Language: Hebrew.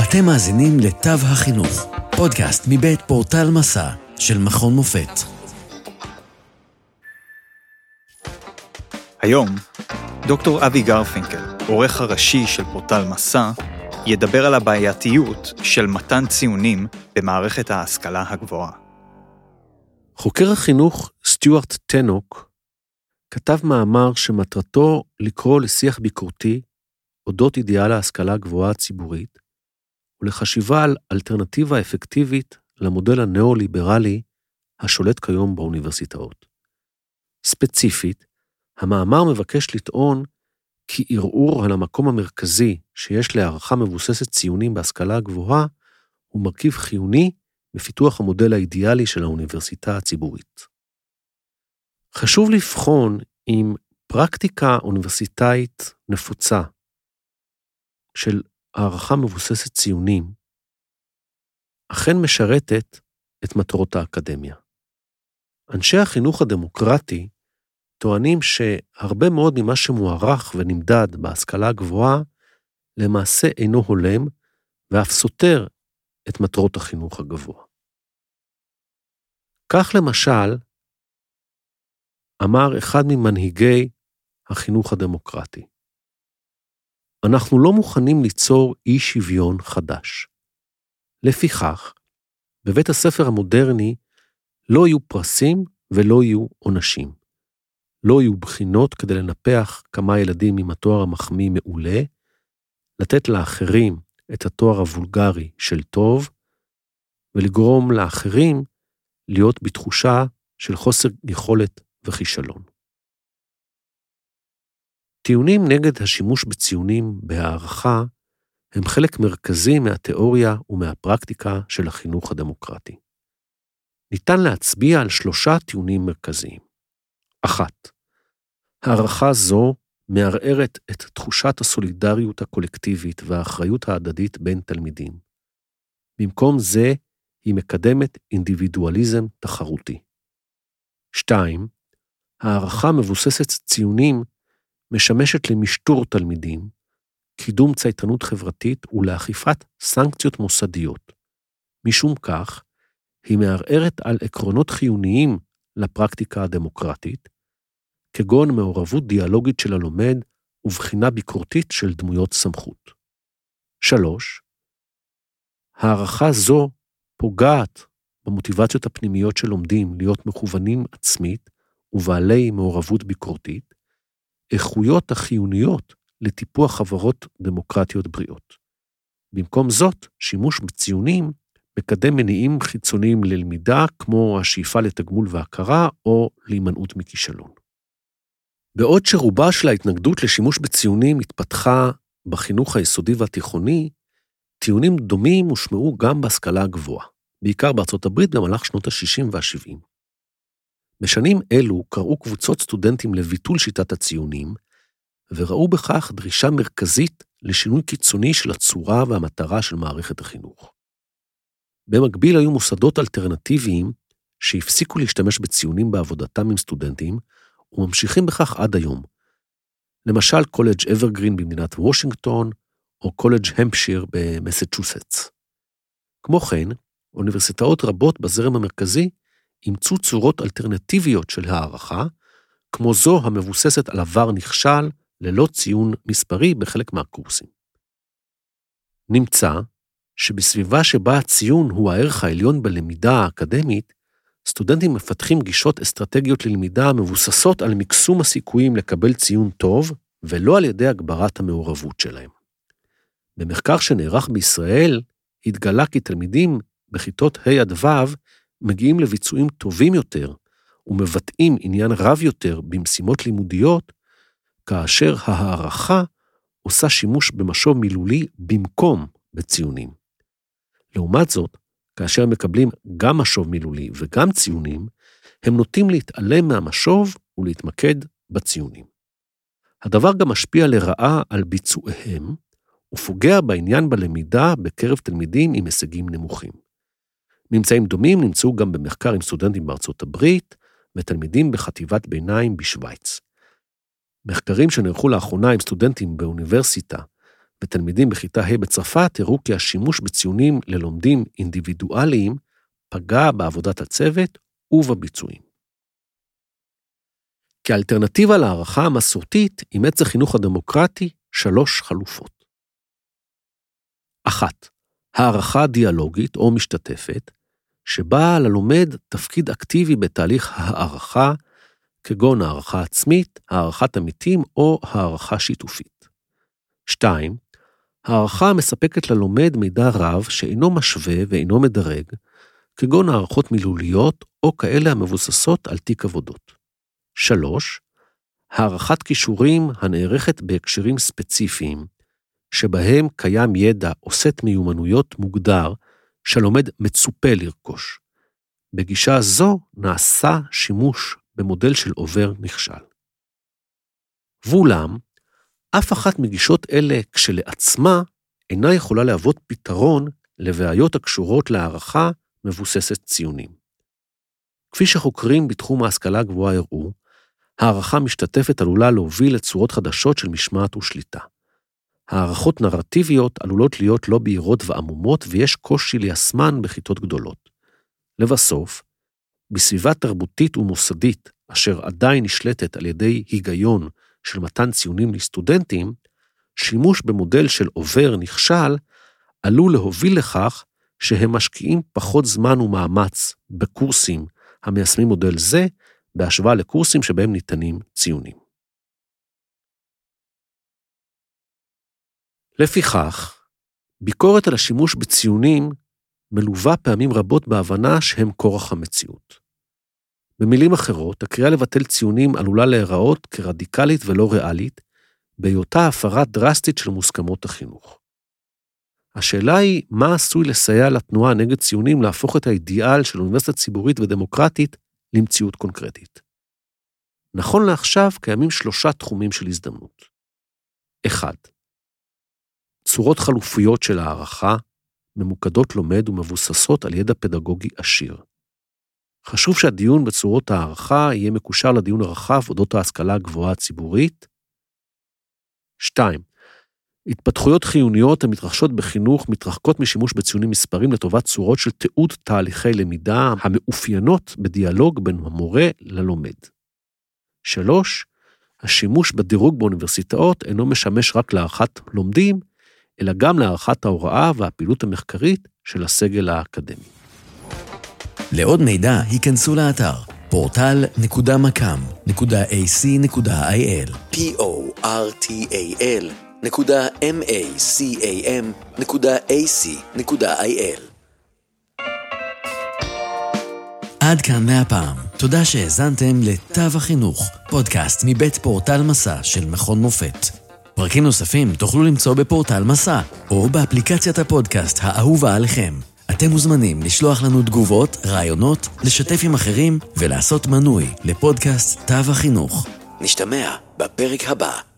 אתם מאזינים לתו החינוך, פודקאסט מבית פורטל מסע של מכון מופת. היום, דוקטור אבי גרפינקל, עורך הראשי של פורטל מסע, ידבר על הבעייתיות של מתן ציונים במערכת ההשכלה הגבוהה. חוקר החינוך סטיוארט טנוק כתב מאמר שמטרתו לקרוא לשיח ביקורתי אודות אידיאל ההשכלה הגבוהה הציבורית ולחשיבה על אלטרנטיבה אפקטיבית למודל הנאו-ליברלי השולט כיום באוניברסיטאות. ספציפית, המאמר מבקש לטעון כי ערעור על המקום המרכזי שיש להערכה מבוססת ציונים בהשכלה הגבוהה הוא מרכיב חיוני בפיתוח המודל האידיאלי של האוניברסיטה הציבורית. חשוב לבחון אם פרקטיקה אוניברסיטאית נפוצה של הערכה מבוססת ציונים אכן משרתת את מטרות האקדמיה. אנשי החינוך הדמוקרטי טוענים שהרבה מאוד ממה שמוערך ונמדד בהשכלה הגבוהה למעשה אינו הולם ואף סותר את מטרות החינוך הגבוה. כך למשל, אמר אחד ממנהיגי החינוך הדמוקרטי, אנחנו לא מוכנים ליצור אי שוויון חדש. לפיכך, בבית הספר המודרני לא יהיו פרסים ולא יהיו עונשים. לא יהיו בחינות כדי לנפח כמה ילדים עם התואר המחמיא מעולה, לתת לאחרים את התואר הוולגרי של טוב, ולגרום לאחרים להיות בתחושה של חוסר יכולת וכישלון. טיעונים נגד השימוש בציונים בהערכה הם חלק מרכזי מהתיאוריה ומהפרקטיקה של החינוך הדמוקרטי. ניתן להצביע על 3 טיעונים מרכזיים. 1. הערכה זו מערערת את תחושת הסולידריות הקולקטיבית והאחריות ההדדית בין תלמידים. במקום זה היא מקדמת אינדיבידואליזם תחרותי. 2. הערכה מבוססת ציונים משמשת למשטור תלמידים, קידום צייתנות חברתית ולאכיפת סנקציות מוסדיות. משום כך, היא מערערת על עקרונות חיוניים לפרקטיקה הדמוקרטית, כגון מעורבות דיאלוגית של הלומד ובחינה ביקורתית של דמויות סמכות. 3. הערכה זו פוגעת במוטיבציות הפנימיות של לומדים להיות מכוונים עצמית ובעלי מעורבות ביקורתית, איכויות החיוניות לטיפוח חברות דמוקרטיות בריאות. במקום זאת, שימוש בציונים מקדם מניעים חיצוניים ללמידה, כמו השאיפה לתגמול והכרה או להימנעות מכישלון. בעוד שרובה של ההתנגדות לשימוש בציונים התפתחה בחינוך היסודי והתיכוני, טיעונים דומים הושמעו גם בהשכלה הגבוהה, בעיקר בארצות הברית במהלך שנות ה-60 וה-70. בשנים אלו קראו קבוצות סטודנטים לביטול שיטת הציונים, וראו בכך דרישה מרכזית לשינוי קיצוני של הצורה והמטרה של מערכת החינוך. במקביל היו מוסדות אלטרנטיביים שהפסיקו להשתמש בציונים בעבודתם עם סטודנטים, וממשיכים בכך עד היום. למשל קולג' אברגרין במדינת וושינגטון, או קולג' המפשיר במסצ'וסטס. כמו כן, אוניברסיטאות רבות בזרם המרכזי אימצו צורות אלטרנטיביות של הערכה, כמו זו המבוססת על עבר נכשל ללא ציון מספרי בחלק מהקורסים. נמצא שבסביבה שבה הציון הוא הערך העליון בלמידה האקדמית, סטודנטים מפתחים גישות אסטרטגיות ללמידה מבוססות על מקסום הסיכויים לקבל ציון טוב, ולא על ידי הגברת המעורבות שלהם. במחקר שנערך בישראל, התגלה כי תלמידים בכיתות ה' עד ו' מגיעים לביצועים טובים יותר, ומבטאים עניין רב יותר במשימות לימודיות, כאשר הערכה עושה שימוש במשוב מילולי במקום בציונים. לעומת זאת, כאשר הם מקבלים גם משוב מילולי וגם ציונים, הם נוטים להתעלם מהמשוב ולהתמקד בציונים. הדבר גם משפיע לרעה על ביצועיהם, ופוגע בעניין בלמידה בקרב תלמידים עם הישגים נמוכים. ממצאים דומים נמצאו גם במחקר עם סטודנטים בארצות הברית, ותלמידים בחטיבת ביניים בשוויץ. מחקרים שנערכו לאחרונה עם סטודנטים באוניברסיטה, ותלמידים בכיתה ה' בצרפת הראו כי השימוש בציונים ללומדים אינדיבידואליים פגע בעבודת הצוות ובביצועים. כאלטרנטיבה להערכה המסורתית, אימץ החינוך הדמוקרטי 3 חלופות. 1. הערכה דיאלוגית או משתתפת, שבה ללומד תפקיד אקטיבי בתהליך הערכה, כגון הערכה עצמית, הערכת עמיתים או הערכה שיתופית. 2. הערכה מספקת ללומד מידע רב שאינו משווה ואינו מדרג, כגון הערכות מילוליות או כאלה המבוססות על תיק עבודות. 3. הערכת כישורים הנערכת בהקשרים ספציפיים, שבהם קיים ידע או סט מיומנויות מוגדר שלומד מצופה לרכוש. בגישה זו נעשה שימוש במודל של עובר נכשל. ואולם, אף אחת מגישות אלה כשלעצמה אינה יכולה להוות פתרון לבעיות הקשורות להערכה מבוססת ציונים. כפי שחוקרים בתחום ההשכלה הגבוהה הראו, הערכה משתתפת עלולה להוביל לצורות חדשות של משמעת ושליטה. הערכות נרטיביות עלולות להיות לא בהירות ועמומות, ויש קושי ליישמן בכיתות גדולות. לבסוף, בסביבה תרבותית ומוסדית, אשר עדיין נשלטת על ידי היגיון של מתן ציונים לסטודנטים, שימוש במודל של עובר נכשל עלול להוביל לכך שהם משקיעים פחות זמן ומאמץ בקורסים המיישמים מודל זה, בהשוואה לקורסים שבהם ניתנים ציונים. לפיכך, ביקורת על השימוש בציונים מלווה פעמים רבות בהבנה שהם כורח המציאות. במילים אחרות, הקריאה לבטל ציונים עלולה להיראות כרדיקלית ולא ריאלית, בהיותה הפרה דרסטית של מוסכמות החינוך. השאלה היא, מה עשוי לסייע לתנועה נגד ציונים להפוך את האידיאל של אוניברסיטה ציבורית ודמוקרטית למציאות קונקרטית? נכון לעכשיו קיימים 3 תחומים של הזדמנות. 1. צורות חלופיות של הערכה, ממוקדות לומד ומבוססות על ידע פדגוגי עשיר. חשוב שהדיון בצורות הערכה יהיה מקושר לדיון הרחב אודות ההשכלה הגבוהה הציבורית. 2. התפתחויות חיוניות המתרחשות בחינוך מתרחקות משימוש בציונים מספרים לטובת צורות של תיעוד תהליכי למידה המאופיינות בדיאלוג בין המורה ללומד. 3. השימוש בדירוג באוניברסיטאות אינו משמש רק להערכת לומדים, אלא גם להערכת ההוראה והפעילות המחקרית של הסגל האקדמי. לעוד מידע, היכנסו לאתר portal.macam.ac.il portal.macam.ac.il. עד כאן מהפעם. תודה שהאזנתם לתו החינוך, פודקאסט מבית פורטל מסע של מכון מופת. פרקים נוספים תוכלו למצוא בפורטל מסע, או באפליקציית הפודקאסט האהובה עליכם. אתם מוזמנים לשלוח לנו תגובות, רעיונות, לשתף עם אחרים, ולעשות מנוי לפודקאסט תו החינוך. נשתמע בפרק הבא.